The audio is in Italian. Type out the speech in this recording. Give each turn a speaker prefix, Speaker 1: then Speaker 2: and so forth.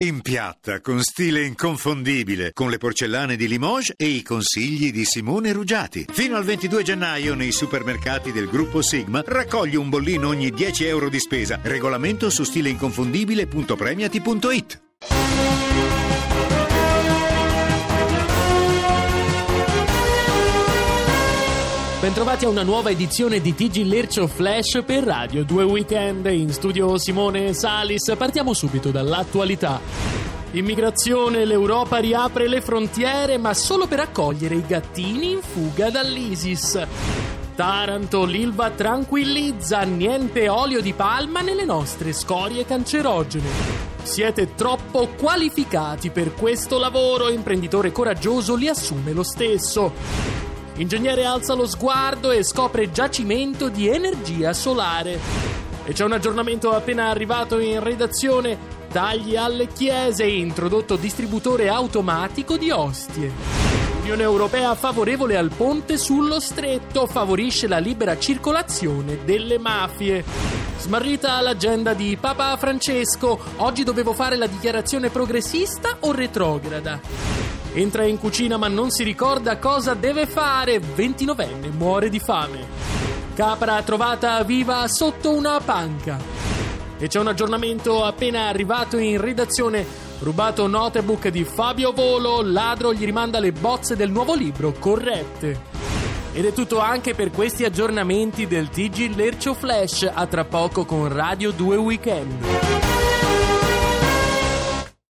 Speaker 1: In piatta, con stile inconfondibile, con le porcellane di Limoges e i consigli di Simone Ruggiati. Fino al 22 gennaio nei supermercati del gruppo Sigma raccogli un bollino ogni 10 euro di spesa. Regolamento su stileinconfondibile.premiati.it.
Speaker 2: Bentrovati a una nuova edizione di TG Lercio Flash per Radio 2 Weekend. In studio Simone Salis. Partiamo subito dall'attualità. Immigrazione, l'Europa riapre le frontiere, ma solo per accogliere i gattini in fuga dall'ISIS. Taranto, l'Ilva tranquillizza, niente olio di palma nelle nostre scorie cancerogene. Siete troppo qualificati per questo lavoro, imprenditore coraggioso li assume lo stesso. Ingegnere alza lo sguardo e scopre giacimento di energia solare. E c'è un aggiornamento appena arrivato in redazione: tagli alle chiese e introdotto distributore automatico di ostie. L'Unione Europea favorevole al ponte sullo stretto, favorisce la libera circolazione delle mafie. Smarrita l'agenda di Papa Francesco, oggi dovevo fare la dichiarazione progressista o retrograda? Entra in cucina ma non si ricorda cosa deve fare, 29enne muore di fame. Capra trovata viva sotto una panca. E c'è un aggiornamento appena arrivato in redazione: rubato notebook di Fabio Volo, ladro gli rimanda le bozze del nuovo libro corrette. Ed è tutto anche per questi aggiornamenti del TG Lercio Flash. A tra poco con Radio 2 Weekend.